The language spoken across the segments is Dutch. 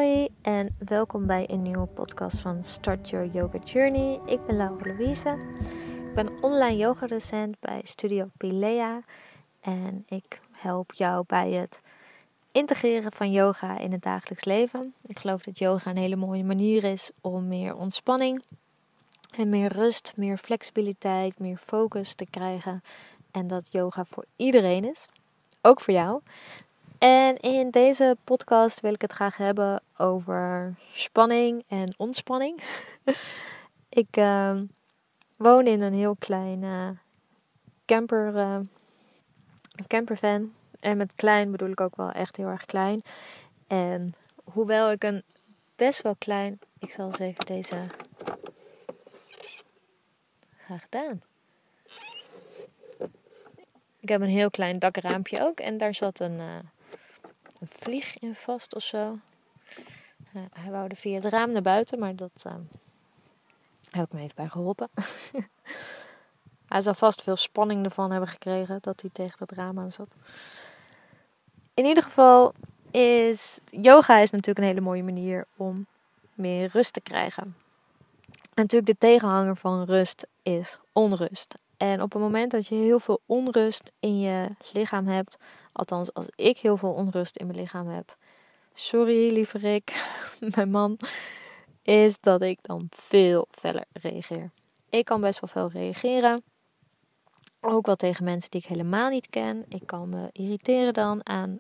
Hoi en welkom bij een nieuwe podcast van Start Your Yoga Journey. Ik ben Laura Louise. Ik ben online yogadocent bij Studio Pilea en ik help jou bij het integreren van yoga in het dagelijks leven. Ik geloof dat yoga een hele mooie manier is om meer ontspanning en meer rust, meer flexibiliteit, meer focus te krijgen. En dat yoga voor iedereen is, ook voor jou. En in deze podcast wil ik het graag hebben over spanning en ontspanning. Ik woon in een heel klein campervan. En met klein bedoel ik ook wel echt heel erg klein. En hoewel ik een best wel klein... Ik zal eens even deze... Graag gedaan. Ik heb een heel klein dakraampje ook. En daar zat een vlieg in vast of zo. Hij wou er via het raam naar buiten, maar dat heb ik me even bij geholpen. Hij zal vast veel spanning ervan hebben gekregen dat hij tegen dat raam aan zat. In ieder geval is yoga natuurlijk een hele mooie manier om meer rust te krijgen. En natuurlijk de tegenhanger van rust is onrust. En op het moment dat je heel veel onrust in je lichaam hebt, althans als ik heel veel onrust in mijn lichaam heb, sorry lieverik, mijn man, is dat ik dan veel feller reageer. Ik kan best wel veel reageren. Ook wel tegen mensen die ik helemaal niet ken. Ik kan me irriteren dan aan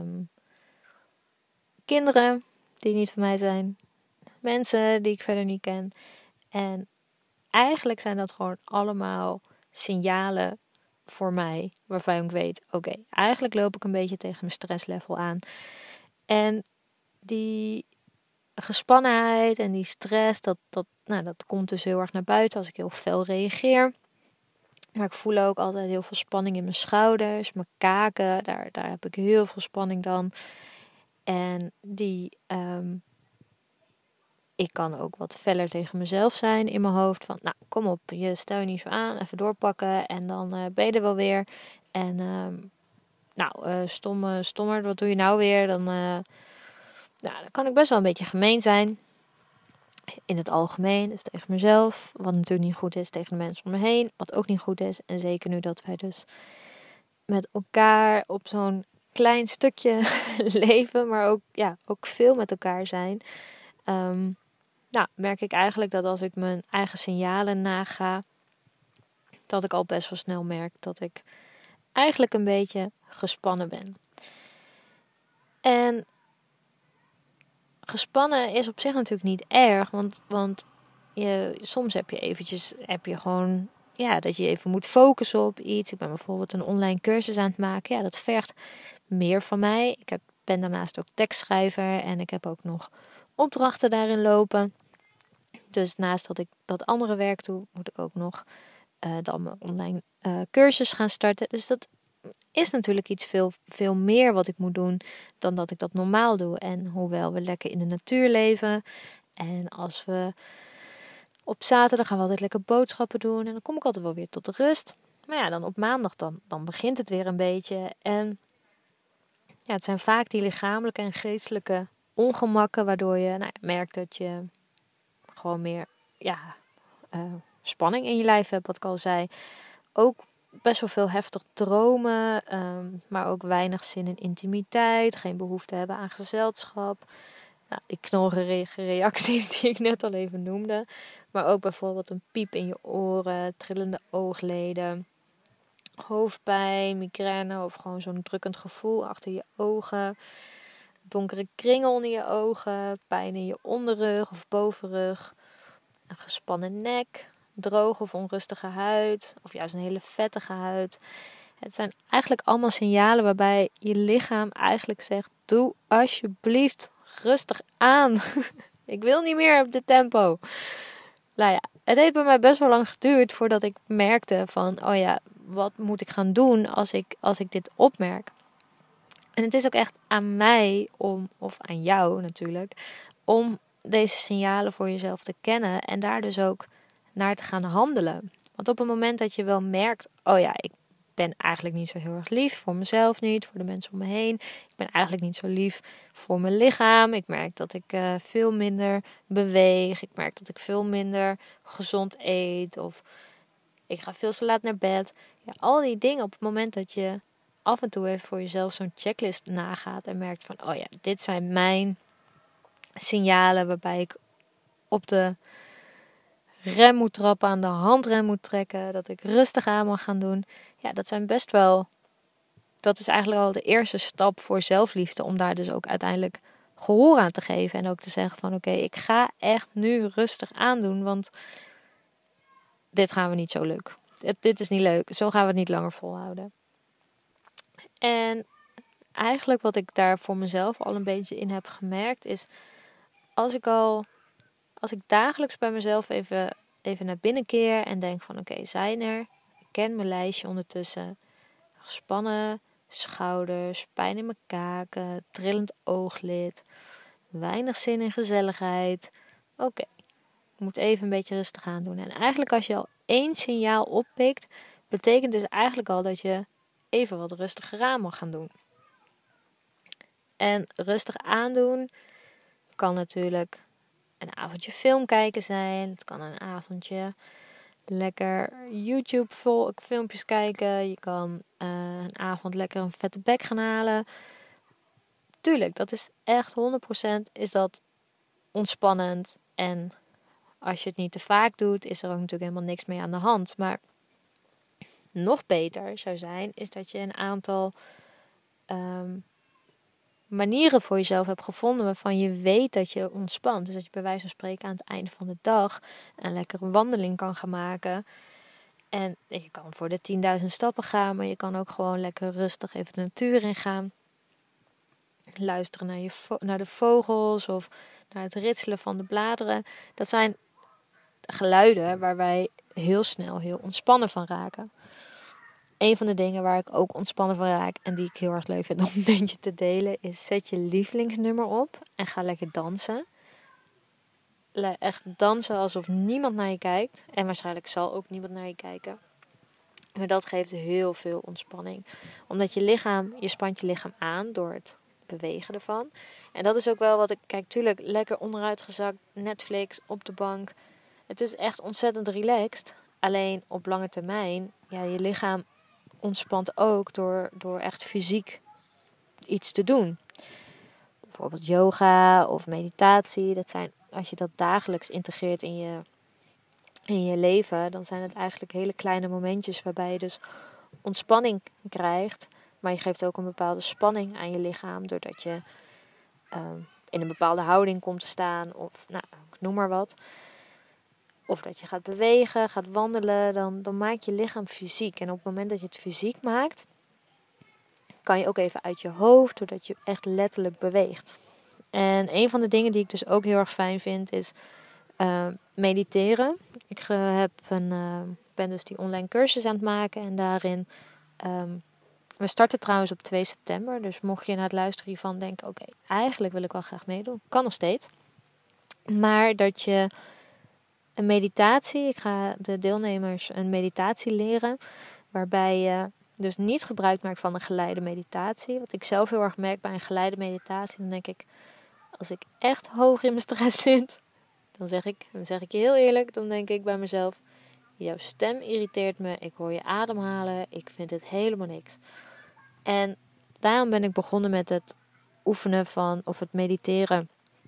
kinderen die niet van mij zijn. Mensen die ik verder niet ken. En eigenlijk zijn dat gewoon allemaal signalen voor mij. Waarvan ik weet, oké, eigenlijk loop ik een beetje tegen mijn stresslevel aan. En die gespannenheid en die stress, dat komt dus heel erg naar buiten als ik heel fel reageer. Maar ik voel ook altijd heel veel spanning in mijn schouders, mijn kaken. Daar heb ik heel veel spanning dan. En ik kan ook wat feller tegen mezelf zijn in mijn hoofd. Van, nou, kom op, je stel je niet zo aan. Even doorpakken en dan ben je er wel weer. En stommer, wat doe je nou weer? Dan kan ik best wel een beetje gemeen zijn. In het algemeen, dus tegen mezelf. Wat natuurlijk niet goed is tegen de mensen om me heen. Wat ook niet goed is. En zeker nu dat wij dus met elkaar op zo'n klein stukje leven. Maar ook veel met elkaar zijn. Merk ik eigenlijk dat als ik mijn eigen signalen naga, dat ik al best wel snel merk dat ik eigenlijk een beetje gespannen ben. Gespannen is op zich natuurlijk niet erg, want soms heb je gewoon, dat je even moet focussen op iets. Ik ben bijvoorbeeld een online cursus aan het maken. Ja, dat vergt meer van mij. Ik ben daarnaast ook tekstschrijver en ik heb ook nog opdrachten daarin lopen. Dus naast dat ik dat andere werk doe, moet ik ook nog dan mijn online cursus gaan starten. Dus dat is natuurlijk iets veel meer wat ik moet doen dan dat ik dat normaal doe. En hoewel we lekker in de natuur leven en als we op zaterdag gaan we altijd lekker boodschappen doen en dan kom ik altijd wel weer tot de rust. Maar ja, dan op maandag dan begint het weer een beetje. En ja, het zijn vaak die lichamelijke en geestelijke ongemakken waardoor je merkt dat je gewoon meer spanning in je lijf hebt, wat ik al zei. Ook best wel veel heftig dromen, maar ook weinig zin in intimiteit, geen behoefte hebben aan gezelschap. Nou, die knorrige reacties die ik net al even noemde. Maar ook bijvoorbeeld een piep in je oren, trillende oogleden, hoofdpijn, migraine of gewoon zo'n drukkend gevoel achter je ogen. Donkere kringen onder je ogen, pijn in je onderrug of bovenrug, een gespannen nek, droge of onrustige huid of juist een hele vettige huid. Het zijn eigenlijk allemaal signalen waarbij je lichaam eigenlijk zegt, doe alsjeblieft rustig aan. Ik wil niet meer op dit tempo. Nou ja, het heeft bij mij best wel lang geduurd voordat ik merkte van, wat moet ik gaan doen als ik dit opmerk? En het is ook echt aan mij of aan jou natuurlijk, om deze signalen voor jezelf te kennen en daar dus ook naar te gaan handelen. Want op het moment dat je wel merkt, ben eigenlijk niet zo heel erg lief. Voor mezelf niet, voor de mensen om me heen. Ik ben eigenlijk niet zo lief voor mijn lichaam. Ik merk dat ik veel minder beweeg. Ik merk dat ik veel minder gezond eet. Of ik ga veel te laat naar bed. Ja, al die dingen op het moment dat je af en toe even voor jezelf zo'n checklist nagaat. En merkt van, oh ja, dit zijn mijn signalen waarbij ik op de rem moet trappen, aan de handrem moet trekken, dat ik rustig aan mag gaan doen. Ja, dat is eigenlijk al de eerste stap voor zelfliefde, om daar dus ook uiteindelijk gehoor aan te geven. En ook te zeggen van oké, ik ga echt nu rustig aandoen, want dit gaan we niet zo leuk. Dit is niet leuk, zo gaan we het niet langer volhouden. En eigenlijk wat ik daar voor mezelf al een beetje in heb gemerkt is, als ik dagelijks bij mezelf even naar binnen keer en denk van oké, zijn er? Ik ken mijn lijstje ondertussen. Gespannen schouders, pijn in mijn kaken, trillend ooglid, weinig zin in gezelligheid. Oké, ik moet even een beetje rustig aan doen. En eigenlijk als je al 1 signaal oppikt, betekent dus eigenlijk al dat je even wat rustiger aan mag gaan doen. En rustig aandoen kan natuurlijk een avondje film kijken zijn. Het kan een avondje lekker YouTube filmpjes kijken. Je kan een avond lekker een vette bek gaan halen. Tuurlijk, dat is echt 100% is dat ontspannend. En als je het niet te vaak doet, is er ook natuurlijk helemaal niks mee aan de hand. Maar nog beter zou zijn, is dat je een aantal manieren voor jezelf hebt gevonden waarvan je weet dat je ontspant. Dus dat je bij wijze van spreken aan het einde van de dag een lekkere wandeling kan gaan maken. En je kan voor de 10.000 stappen gaan, maar je kan ook gewoon lekker rustig even de natuur in gaan. Luisteren naar de vogels of naar het ritselen van de bladeren. Dat zijn geluiden waar wij heel snel heel ontspannen van raken. Een van de dingen waar ik ook ontspannen van raak en die ik heel erg leuk vind om een beetje te delen, is zet je lievelingsnummer op en ga lekker dansen. Echt dansen alsof niemand naar je kijkt. En waarschijnlijk zal ook niemand naar je kijken. Maar dat geeft heel veel ontspanning. Omdat je spant je lichaam aan door het bewegen ervan. En dat is ook wel wat ik, kijk, tuurlijk, lekker onderuitgezakt, Netflix, op de bank. Het is echt ontzettend relaxed. Alleen op lange termijn, ja, je lichaam ontspant ook door echt fysiek iets te doen. Bijvoorbeeld yoga of meditatie. Dat zijn, als je dat dagelijks integreert in je leven, dan zijn het eigenlijk hele kleine momentjes waarbij je dus ontspanning krijgt. Maar je geeft ook een bepaalde spanning aan je lichaam, doordat je in een bepaalde houding komt te staan. Of nou, ik noem maar wat. Of dat je gaat bewegen, gaat wandelen. Dan maak je lichaam fysiek. En op het moment dat je het fysiek maakt, kan je ook even uit je hoofd, doordat je echt letterlijk beweegt. En een van de dingen die ik dus ook heel erg fijn vind, is mediteren. Ik ben dus die online cursus aan het maken. En daarin, we starten trouwens op 2 september. Dus mocht je na het luisteren hiervan denken, oké, eigenlijk wil ik wel graag meedoen. Kan nog steeds. Maar dat je een meditatie, ik ga de deelnemers een meditatie leren, waarbij je dus niet gebruik maakt van een geleide meditatie. Wat ik zelf heel erg merk bij een geleide meditatie, dan denk ik, als ik echt hoog in mijn stress zit, dan zeg ik je heel eerlijk, dan denk ik bij mezelf, jouw stem irriteert me, ik hoor je ademhalen, ik vind het helemaal niks. En daarom ben ik begonnen met het oefenen van, of het mediteren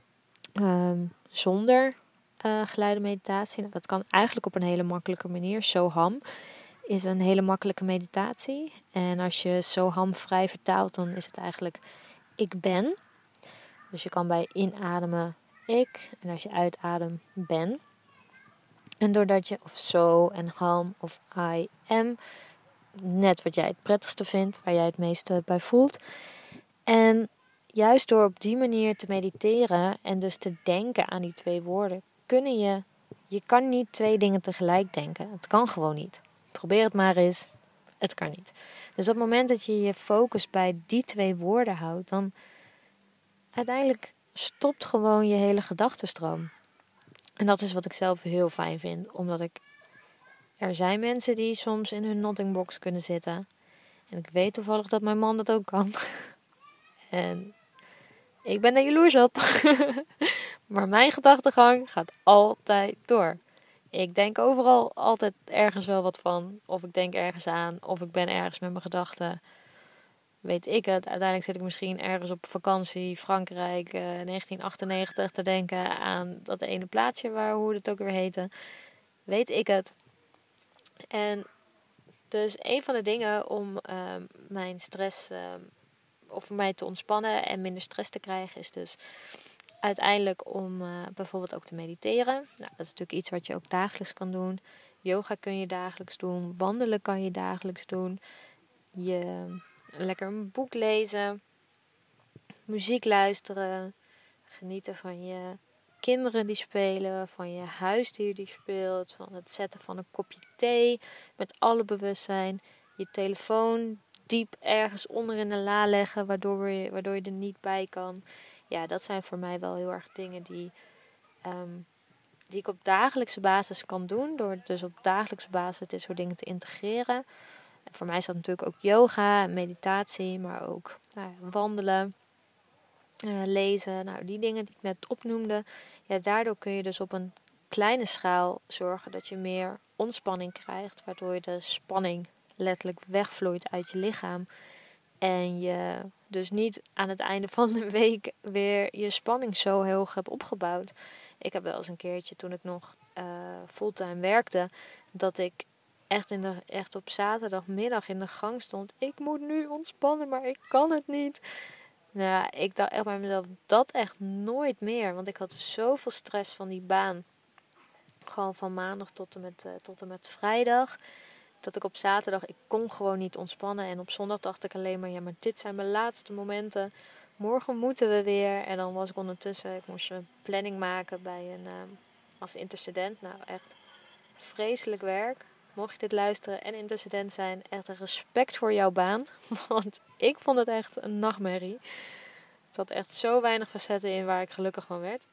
zonder geleide meditatie. Nou, dat kan eigenlijk op een hele makkelijke manier. Soham is een hele makkelijke meditatie. En als je Soham vrij vertaalt, dan is het eigenlijk ik ben. Dus je kan bij inademen ik. En als je uitademt ben. En doordat je of so en ham of I am, net wat jij het prettigste vindt, waar jij het meeste bij voelt. En juist door op die manier te mediteren en dus te denken aan die 2 woorden, je kan niet 2 dingen tegelijk denken. Het kan gewoon niet. Probeer het maar eens. Het kan niet. Dus op het moment dat je je focus bij die 2 woorden houdt, dan uiteindelijk stopt gewoon je hele gedachtenstroom. En dat is wat ik zelf heel fijn vind. Omdat er zijn mensen die soms in hun nothing box kunnen zitten. En ik weet toevallig dat mijn man dat ook kan. En ik ben er jaloers op. Maar mijn gedachtegang gaat altijd door. Ik denk overal altijd ergens wel wat van. Of ik denk ergens aan. Of ik ben ergens met mijn gedachten. Weet ik het. Uiteindelijk zit ik misschien ergens op vakantie. Frankrijk 1998 te denken aan dat ene plaatsje hoe het ook weer heette. Weet ik het. En dus een van de dingen om mijn stress... of voor mij te ontspannen en minder stress te krijgen is dus uiteindelijk om bijvoorbeeld ook te mediteren. Nou, dat is natuurlijk iets wat je ook dagelijks kan doen. Yoga kun je dagelijks doen. Wandelen kan je dagelijks doen. Lekker een boek lezen. Muziek luisteren. Genieten van je kinderen die spelen. Van je huisdier die speelt. Van het zetten van een kopje thee. Met alle bewustzijn. Je telefoon diep ergens onder in de la leggen. Waardoor je er niet bij kan. Ja, dat zijn voor mij wel heel erg dingen die ik op dagelijkse basis kan doen. Door dus op dagelijkse basis dit soort dingen te integreren. En voor mij is dat natuurlijk ook yoga en meditatie. Maar ook wandelen, lezen. Nou, die dingen die ik net opnoemde. Ja, daardoor kun je dus op een kleine schaal zorgen dat je meer ontspanning krijgt. Waardoor je de spanning letterlijk wegvloeit uit je lichaam. En je dus niet aan het einde van de week weer je spanning zo hoog hebt opgebouwd. Ik heb wel eens een keertje toen ik nog fulltime werkte, dat ik echt op zaterdagmiddag in de gang stond. Ik moet nu ontspannen, maar ik kan het niet. Nou, ik dacht echt bij mezelf, dat echt nooit meer. Want ik had zoveel stress van die baan. Gewoon van maandag tot en met vrijdag. Dat ik op zaterdag, ik kon gewoon niet ontspannen. En op zondag dacht ik alleen maar, ja, maar dit zijn mijn laatste momenten. Morgen moeten we weer. En dan was ik ondertussen, ik moest een planning maken bij als interstudent. Nou, echt vreselijk werk. Mocht je dit luisteren en interstudent zijn, echt een respect voor jouw baan. Want ik vond het echt een nachtmerrie. Het zat echt zo weinig facetten in waar ik gelukkig van werd.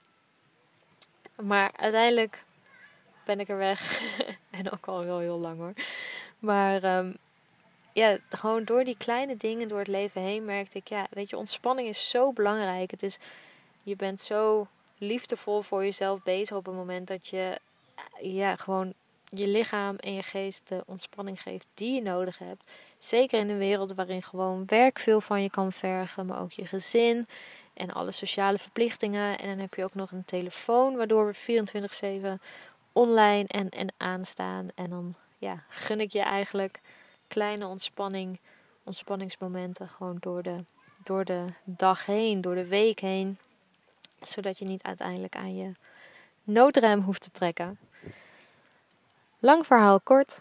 Maar uiteindelijk ben ik er weg. En ook al wel heel lang hoor. Maar gewoon door die kleine dingen door het leven heen merkte ik, ja, weet je, ontspanning is zo belangrijk. Je bent zo liefdevol voor jezelf bezig op het moment dat je gewoon je lichaam en je geest de ontspanning geeft die je nodig hebt. Zeker in een wereld waarin gewoon werk veel van je kan vergen, maar ook je gezin en alle sociale verplichtingen. En dan heb je ook nog een telefoon waardoor we 24/7 online en aanstaan. En dan gun ik je eigenlijk kleine ontspanningsmomenten gewoon door de dag heen, door de week heen. Zodat je niet uiteindelijk aan je noodrem hoeft te trekken. Lang verhaal kort.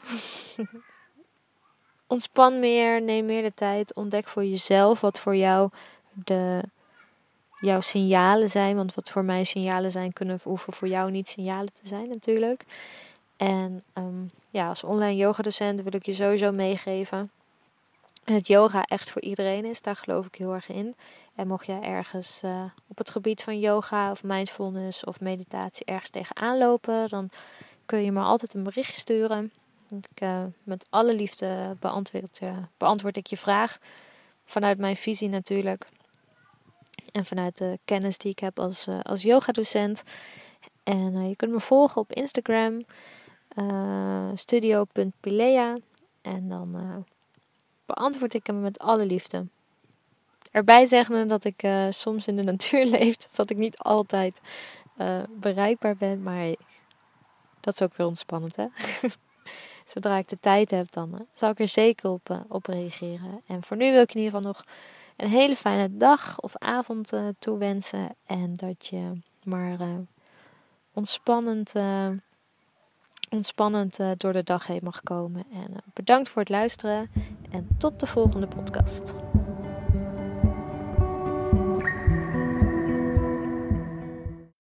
Ontspan meer, neem meer de tijd. Ontdek voor jezelf wat voor jou jouw signalen zijn. Want wat voor mij signalen zijn, hoeven voor jou niet signalen te zijn natuurlijk. En als online yogadocent wil ik je sowieso meegeven dat yoga echt voor iedereen is. Daar geloof ik heel erg in. En mocht jij ergens op het gebied van yoga of mindfulness of meditatie ergens tegenaan lopen, dan kun je me altijd een berichtje sturen. Met alle liefde beantwoord ik je vraag. Vanuit mijn visie natuurlijk. En vanuit de kennis die ik heb als yogadocent. En je kunt me volgen op Instagram. Studio.pilea. En dan beantwoord ik hem met alle liefde. Erbij zeggende dat ik soms in de natuur leef. Dus dat ik niet altijd bereikbaar ben. Maar dat is ook weer ontspannend, hè? Zodra ik de tijd heb, dan zal ik er zeker op reageren. En voor nu wil ik in ieder geval nog een hele fijne dag of avond toewensen. En dat je maar ontspannend door de dag heen mag komen. En bedankt voor het luisteren. En tot de volgende podcast.